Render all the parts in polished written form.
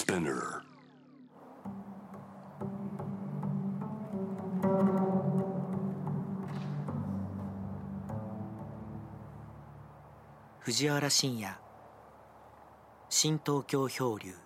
Spinner. 藤原信也、新東京漂流。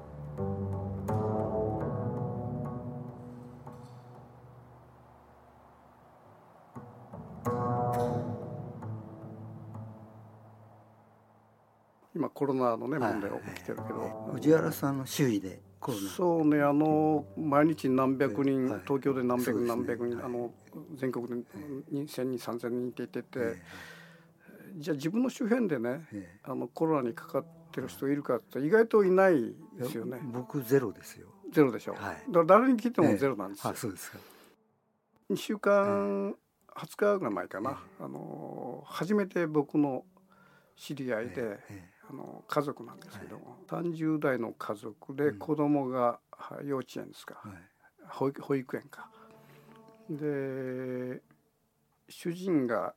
今コロナのね問題が起きてるけど、 藤原さんの周囲でコロナ。 そうね、毎日何百人、東京で何百人、何百人、全国で2000人3000人って言ってて、じゃあ自分の周辺でね、コロナにかかってる人いるかって意外といないですよね。 僕ゼロですよ。 ゼロでしょ、だから誰に聞いてもゼロなんですよ。 そうですか。 2週間、20日ぐらい前かな、初めて僕の知り合いで、家族なんですけども、30代の家族で子供が幼稚園ですか、保育園かで、主人が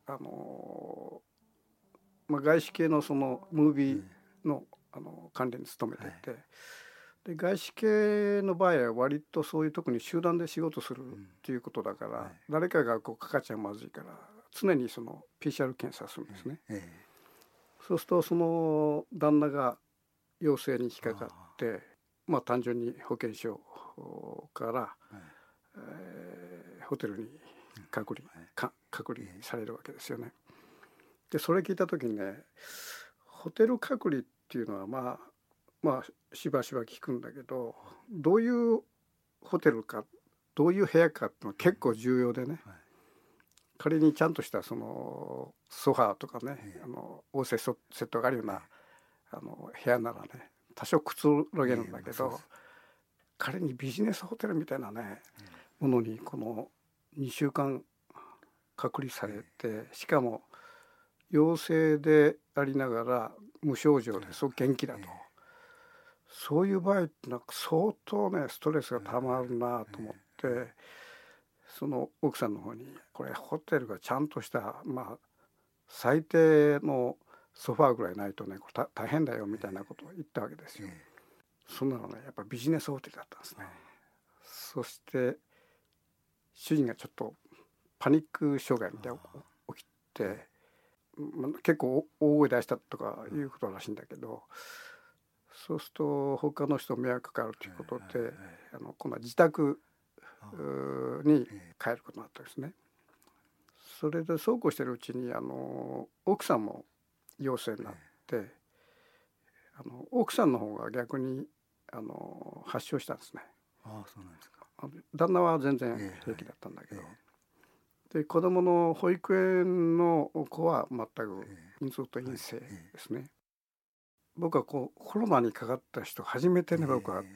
外資系のそのムービーの、関連に勤めてて、で外資系の場合は割とそういう特に集団で仕事するっていうことだから、誰かがかかっちゃまずいから常にその PCR 検査するんですね。そうするとその旦那が陽性に引っかかって、単純に保健所から、ホテルに隔離されるわけですよね。でそれ聞いた時にね、ホテル隔離っていうのはしばしば聞くんだけど、どういうホテルかどういう部屋かっていうのは結構重要でね、仮にちゃんとしたそのソファーとかね、応接セットがあるような部屋ならね多少くつろげるんだけど、仮にビジネスホテルみたいなね、ものにこの2週間隔離されて、しかも陽性でありながら無症状ですごく元気だと、そういう場合ってなんか相当ねストレスがたまるなと思って、その奥さんの方にこれホテルがちゃんとした最低のソファーぐらいないとねこれ大変だよみたいなことを言ったわけですよ。そんなのねやっぱビジネスホテルだったんですね。そして主人がちょっとパニック障害みたいなのが起きて、結構大声出したとかいうことらしいんだけど、そうすると他の人迷惑かかるということで、今度は自宅に帰ることになったんですね。それでそうこうしてるうちに奥さんも陽性になって、奥さんの方が逆に発症したんですね。 そうなんですか。 旦那は全然平気だったんだけど、で子供の保育園の子は全くずっと陰性ですね。僕はコロナにかかった人初めてね、僕は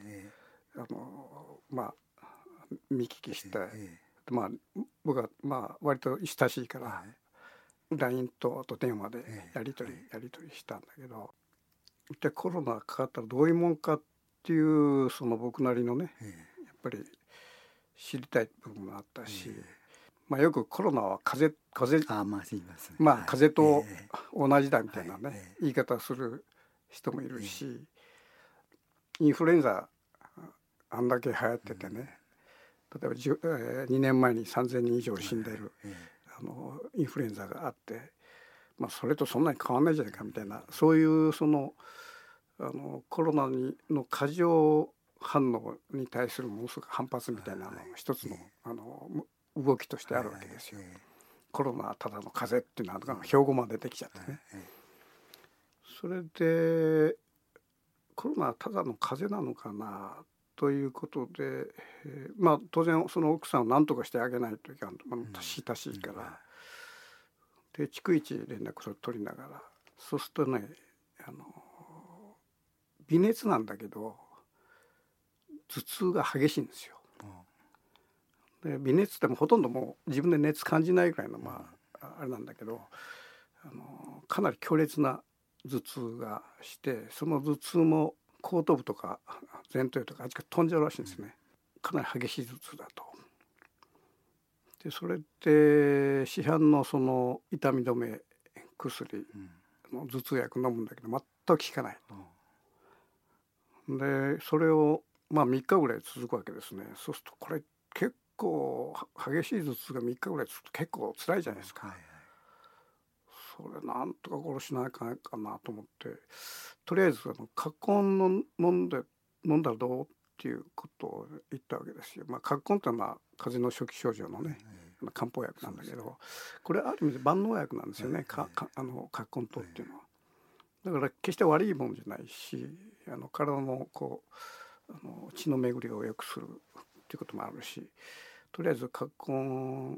見聞きして、僕は割と親しいから、LINE と電話でやり取りしたんだけど、一体コロナかかったらどういうもんかっていうその僕なりのね、やっぱり知りたい部分もあったし、よくコロナは風邪と同じだみたいなね、言い方する人もいるし、インフルエンザあんだけ流行っててね、例えば2年前に3000人以上死んでるインフルエンザがあって、それとそんなに変わんないじゃないかみたいな、そういうそのコロナの過剰反応に対するものすごく反発みたいな一つの動きとしてあるわけですよ。コロナはただの風邪っていうのが標語まで出てきちゃってね。それでコロナはただの風邪なのかなということで、当然その奥さんを何とかしてあげないといけない、親しいから、で逐一連絡を取りながら、そうするとね微熱なんだけど頭痛が激しいんですよ。で微熱ってもほとんどもう自分で熱感じないぐらいのあれなんだけど、かなり強烈な頭痛がして、その頭痛も後頭部とか前頭葉とかあっちから飛んじゃうらしいんですね。かなり激しい頭痛だと。でそれで市販のその痛み止め薬の頭痛薬飲むんだけど全く効かない。 でそれをまあ3日ぐらい続くわけですね。そうするとこれ結構激しい頭痛が3日ぐらい続くと結構辛いじゃないですか。それなんとか殺しないかんかなと思って、とりあえず葛根の飲んだらどうっていうことを言ったわけですよ。葛根ってのは風邪の初期症状のね、漢方薬なんだけど、これある意味で万能薬なんですよね、葛根湯っていうのは。だから決して悪いものじゃないし、体の血の巡りを良くするっていうこともあるし、とりあえず葛根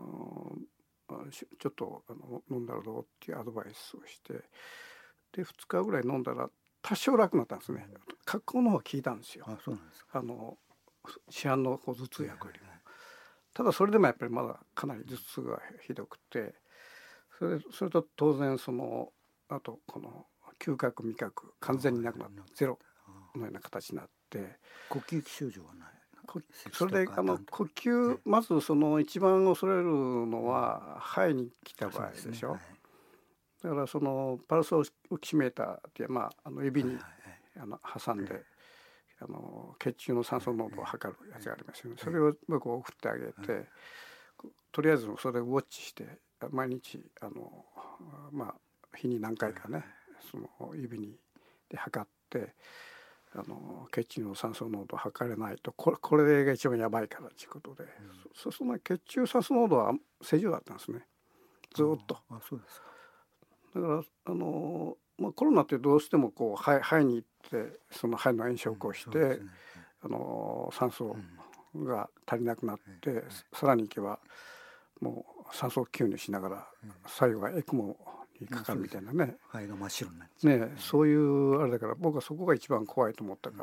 ちょっと飲んだらどうっていうアドバイスをして、で2日ぐらい飲んだら多少楽になったんですね。葛根の方が効いたんですよ。 そうなんですか。 市販の頭痛薬よりも。ただそれでもやっぱりまだかなり頭痛がひどくて、それと当然あとこの嗅覚味覚完全になくなってゼロのような形になって、 呼吸器症状はない。 それで呼吸、まず一番恐れるのは肺に来た場合でしょ。だからパルスオキシメーターっていう指に挟んで血中の酸素濃度を測るやつがありますよね。それを僕送ってあげて、とりあえずそれをウォッチして毎日日に何回かね指で測って血中の酸素濃度を測れないとこれが一番やばいからということで、その血中酸素濃度は正常だったんですね、ずっと。 そうですか。 だからコロナってどうしても肺に行ってその肺の炎症を起こして、酸素が足りなくなって、さらに行けばもう酸素吸入しながら最後はエクモにかかるみたいなね、 肺が真っ白になっちゃうね、そういうあれだから、僕はそこが一番怖いと思ったから、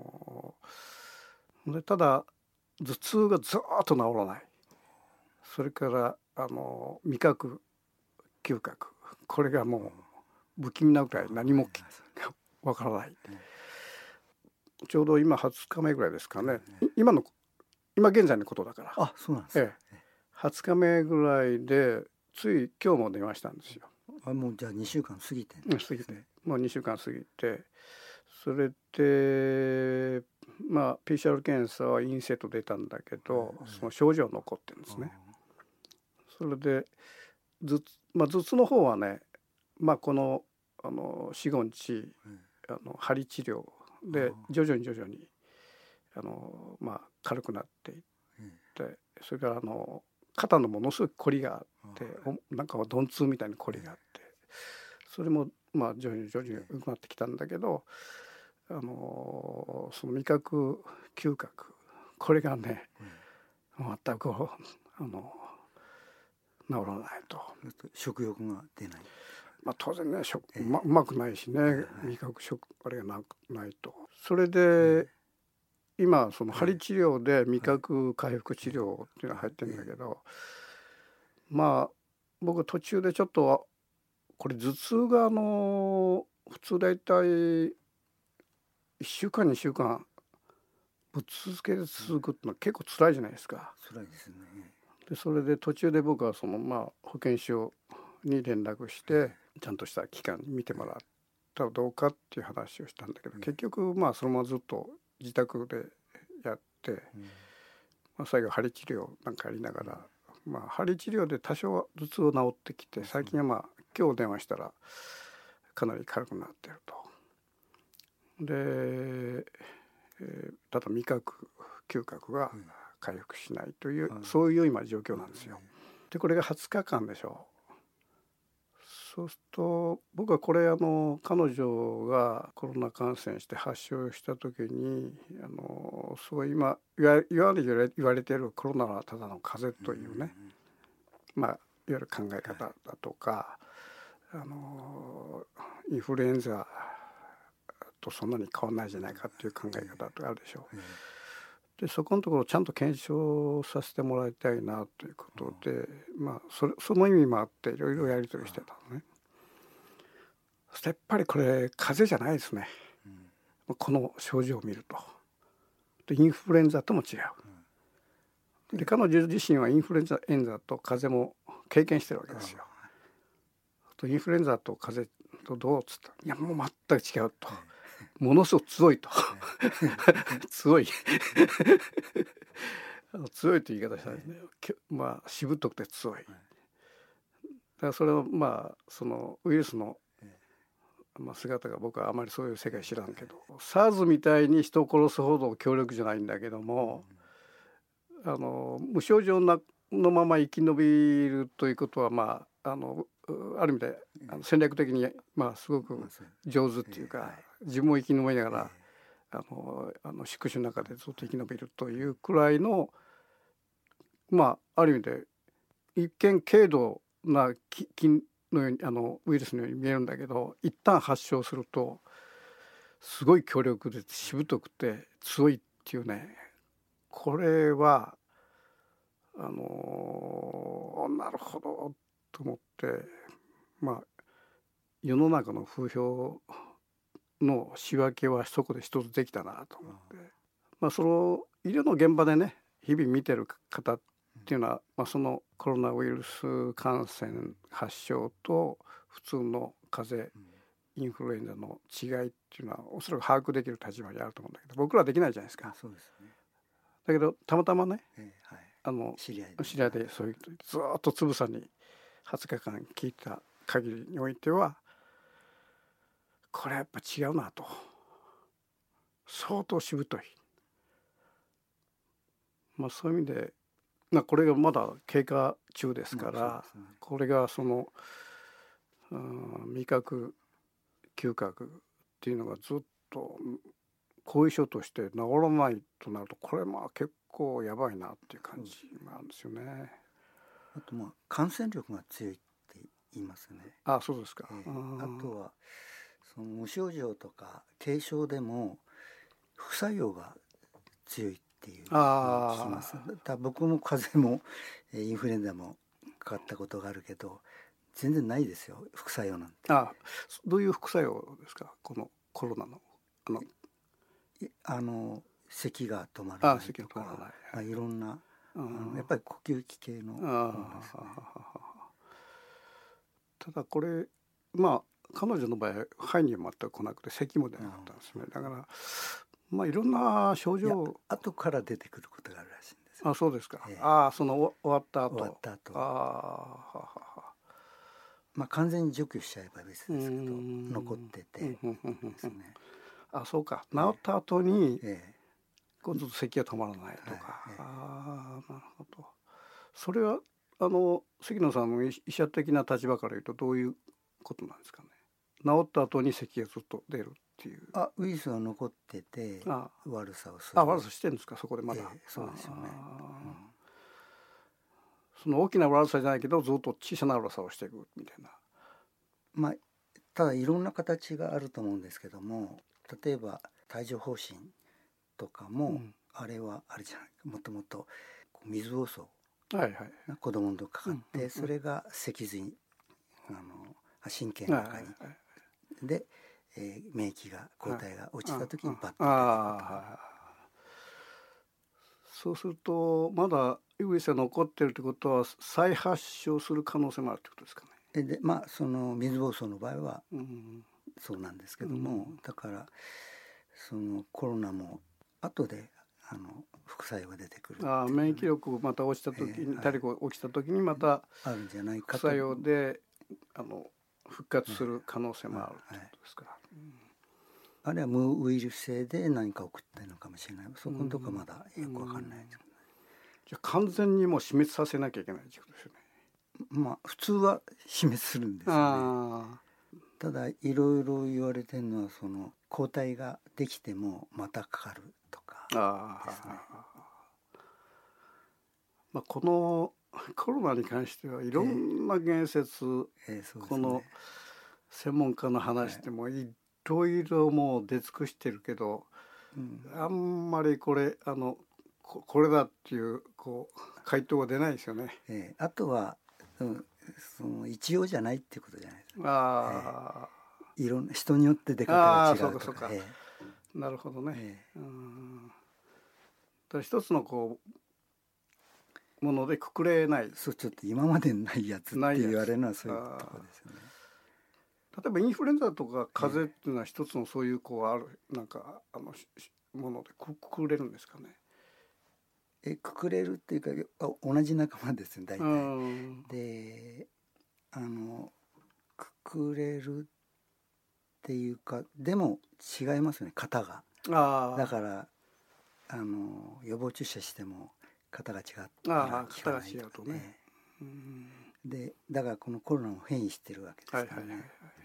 でただ頭痛がずっと治らない、それから味覚嗅覚、これがもう不気味なぐらい何もわからない。ちょうど今20日目ぐらいですかね、今現在のことだから。 そうなんですか。 20日目ぐらいでつい今日も電話したんですよ。 もうじゃあ2週間過ぎて、 もう2週間過ぎて、それでPCR 検査は陰性と出たんだけど、その症状残ってるんですね。それで頭痛の方はね、この4、5日針治療で徐々に軽くなっていって、それから肩のものすごく凝りがあって、なんか鈍痛みたいな凝りがあって、それも徐々に良くなってきたんだけど、その味覚嗅覚、これがね、全く治らないと。 食欲が出ない。 当然ね、うまくないしね、味覚あれがないと。それで今その針治療で味覚回復治療っていうのが入ってるんだけど、僕途中でちょっとこれ頭痛が普通だいたい1週間2週間ぶっ続けで続くってのは結構辛いじゃないですか。 辛いですね。 でそれで途中で僕は保健所に連絡してちゃんとした機関に見てもらったらどうかっていう話をしたんだけど、結局そのままずっと自宅でやって、最後針治療なんかやりながら、針治療で多少は頭痛は治ってきて、最近は今日電話したらかなり軽くなってると。で、ただ味覚嗅覚が回復しないという、そういう今状況なんですよ。でこれが20日間でしょう。そうすると僕はこれ彼女がコロナ感染して発症した時にすごい今言われているコロナはただの風邪というね、いわゆる考え方だとかインフルエンザとそんなに変わらないじゃないかっていう考え方とあるでしょう。でそこのところをちゃんと検証させてもらいたいなということで、その意味もあっていろいろやり取りしてたのね。そしてやっぱりこれ風邪じゃないですね、この症状を見ると。でインフルエンザとも違う。で彼女自身はインフルエンザと風邪も経験してるわけですよ。インフルエンザと風邪とどうっつったら、いやもう全く違うと。 ものすごく強いと強い強いという言い方したらね、まあしぶとくて強い、だからそれをまあそのウイルスの姿が僕はあまりそういう世界知らんけど、SARS みたいに人を殺すほど強力じゃないんだけども、無症状のまま生き延びるということはまあある意味で戦略的にまあすごく上手っていうか、自分も生き延びながら宿主の中でずっと生き延びるというくらいのまあある意味で一見軽度な菌のようにウイルスのように見えるんだけど、一旦発症するとすごい強力でしぶとくて強いっていうね、これはなるほどと思って、まあ世の中の風評の仕分けはそこで一つできたなと思って、まあその医療の現場でね日々見てる方っていうのは、まあ、そのコロナウイルス感染発症と普通の風邪インフルエンザの違いっていうのはおそらく把握できる立場にあると思うんだけど、僕らはできないじゃないですか。 そうですね。 だけどたまたまね、 知り合いでそういうずっとつぶさに20日間聞いた限りにおいては、これはやっぱ違うなと、相当しぶとい、まあそういう意味で、これがまだ経過中ですから、これがその味覚嗅覚っていうのがずっと後遺症として治らないとなると、これまあ結構やばいなっていう感じなんですよね。 あとまあ感染力が強いって言いますね。 あ、そうですか。 あとはその無症状とか軽症でも副作用が強いっていうのを聞きます。僕も風邪もインフルエンザもかかったことがあるけど、全然ないですよ副作用なんて。 どういう副作用ですか、このコロナの咳が止まらないとか、いろんなやっぱり呼吸器系のものですね。 ただこれまあ彼女の場合肺には全く来なくて咳も出なかったんですね。だからまあいろんな症状後から出てくることがあるらしいんですよ。 そうですか。その終わった後。 まあ完全に除去しちゃえば別ですけど残っててですね。 そうか、治った後に今度咳が止まらないとか。なるほど。それは関野さんの医者的な立場から言うとどういうことなんですかね。治った後に咳がずっと出るっていう。 ウイルスが残ってて悪さをする。 悪さしてるんですか、そこでまだ。 そうですよね。 その大きな悪さじゃないけどずっと小さな悪さをしていくみたいな。 まあただいろんな形があると思うんですけども、例えば帯状疱疹とかも、あれはあれじゃない、もともと水疱瘡が子供の時かかって、それが脊髄神経の中に、で、免疫が抗体が落ちた時にバッと出てくる。 そうするとまだウイルスが残ってるってことは再発症する可能性もあるってことですかね。 でその水疱瘡の場合はそうなんですけども、だからそのコロナも後で副作用が出てくる、 免疫力また落ちた時に、体力が落ちた時にまたあるんじゃないかと。 副作用で復活する可能性もあるってことですか。 あるいは無ウイルス性で何か起こってるのかもしれない。そこのとこはまだよく分かんないですけどね。 じゃあ完全にもう死滅させなきゃいけないってことですよね。 まあ普通は死滅するんですよね。ただいろいろ言われてるのは、その抗体ができてもまたかかるとかですね。 このコロナに関してはいろんな言説、この専門家の話でもいろいろもう出尽くしてるけど、あんまりこれだっていう回答が出ないですよね。 あとはその一様じゃないっていうことじゃないですか。いろんな人によって出方が違うとか。 なるほどね。だ一つのものでくくれない。 ちょっと今までないやつって言われるのはそういうところですよね。 えばインフルエンザとか風邪っていうのは一つのそういうこうあるなんかものでくくれるんですかね。 くくれるっていうか同じ仲間ですね大体。でくくれるっていうかでも違いますよね型が。だから予防注射しても型が違ったら効かないとかね。でだからこのコロナも変異してるわけですからね。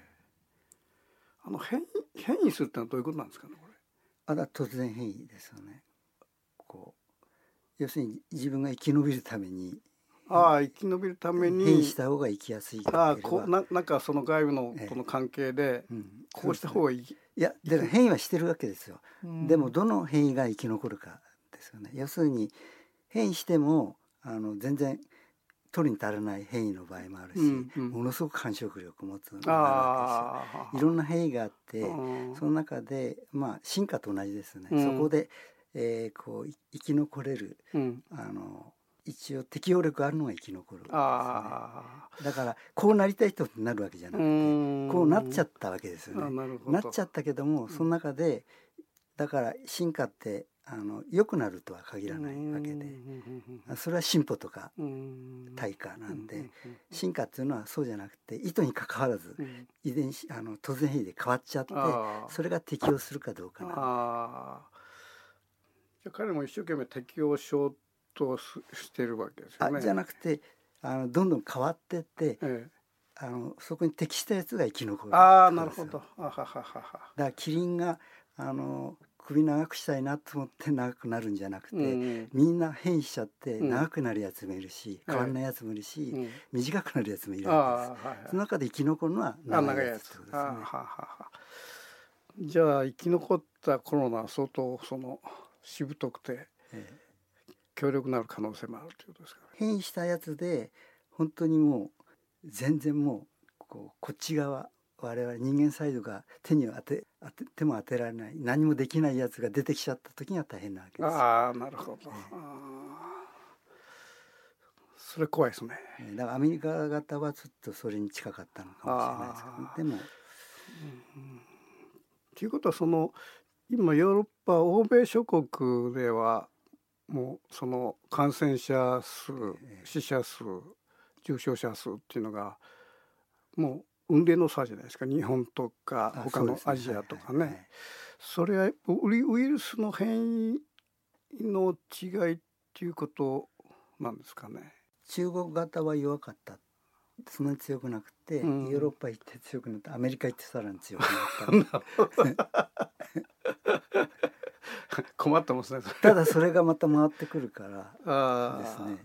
変異するってのはどういうことなんですかねこれ。 だ突然変異ですよね。こう要するに自分が生き延びるために生き延びるために変異した方が生きやすいとかなんかその外部のこの関係でこうした方がいい。 いやだから変異はしてるわけですよ。でもどの変異が生き残るかですよね。要するに変異しても全然取るに足らない変異の場合もあるし、ものすごく繁殖力を持つのもあるわけですよ。いろんな変異があってその中で進化と同じですね。そこでこう生き残れる一応適応力あるのが生き残るんですね。だからこうなりたい人になるわけじゃなくてこうなっちゃったわけですよね。なっちゃったけどもその中でだから進化って良くなるとは限らないわけでそれは進歩とか退化なんで進化っていうのはそうじゃなくて意図にかかわらず遺伝子突然変異で変わっちゃってそれが適応するかどうかなんで。 じゃあ彼も一生懸命適応しようとしてるわけですよね。 じゃなくてどんどん変わってって、そこに適したやつが生き残る。 なるほど。 だからキリンが首長くしたいなと思って長くなるんじゃなくて、みんな変異しちゃって長くなるやつもいるし、変わんないやつもいるし、短くなるやつもいるわけです。その中で生き残るのは長いやつってことですね。 じゃあ生き残ったコロナは相当しぶとくて強力なる可能性もあるということですかね。 変異したやつで本当にもう全然もうこっち側我々人間サイドが手も当てられない何もできないやつが出てきちゃった時には大変なわけです。 なるほど。それ怖いですね。 だからアメリカ型はちょっとそれに近かったのかもしれないですけど、でもということは今ヨーロッパ欧米諸国ではもうその感染者数、死者数、重症者数っていうのがもう雲泥の差じゃないですか。日本とか他のアジアとかね。それはウイルスの変異の違いっていうことなんですかね。 中国型は弱かった。そんなに強くなくて、ヨーロッパ行って強くなった。アメリカ行ってさらに強くなった。 困ってますね。 ただそれがまた回ってくるからですね。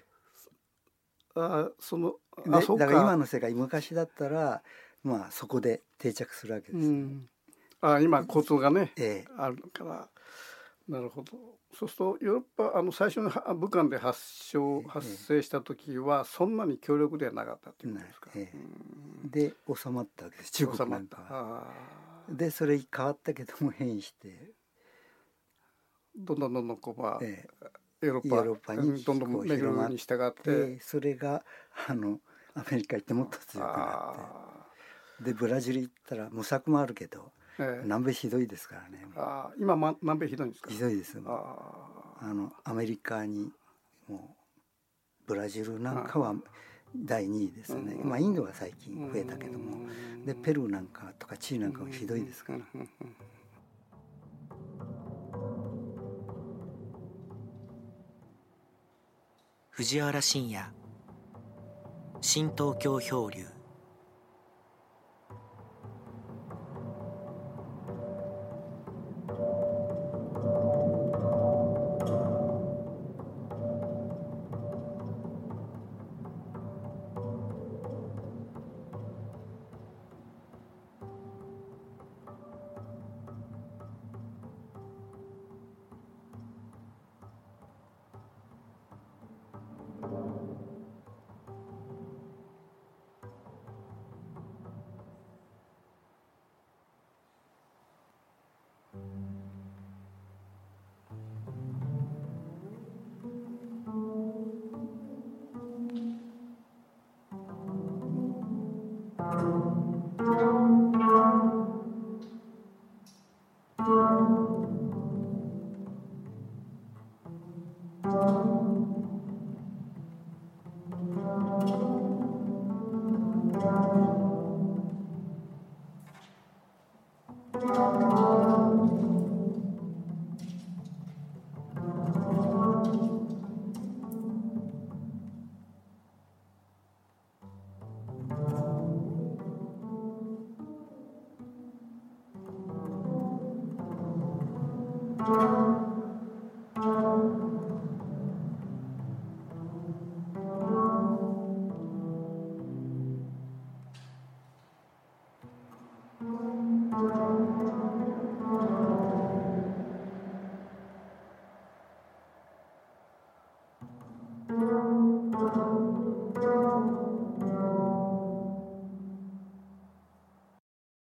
だから今の世界昔だったらそこで定着するわけです、 今交通がね、あるからなるほど。そうするとヨーロッパ最初に武漢で発生した時はそんなに強力ではなかったっていうことですか。 で収まったわけです中国なんかは。でそれ変わったけども変異してどんどんヨーロッパにどんどん巡るに従ってそれがアメリカ行ってもっと強くなってでブラジル行ったら無策もあるけど、南米ひどいですからね。 今南米ひどいんですか。 ひどいです。アメリカにもうブラジルなんかは第2位ですね。インドは最近増えたけどもでペルーなんかとかチリなんかはひどいですから。 藤原信也、新東京漂流。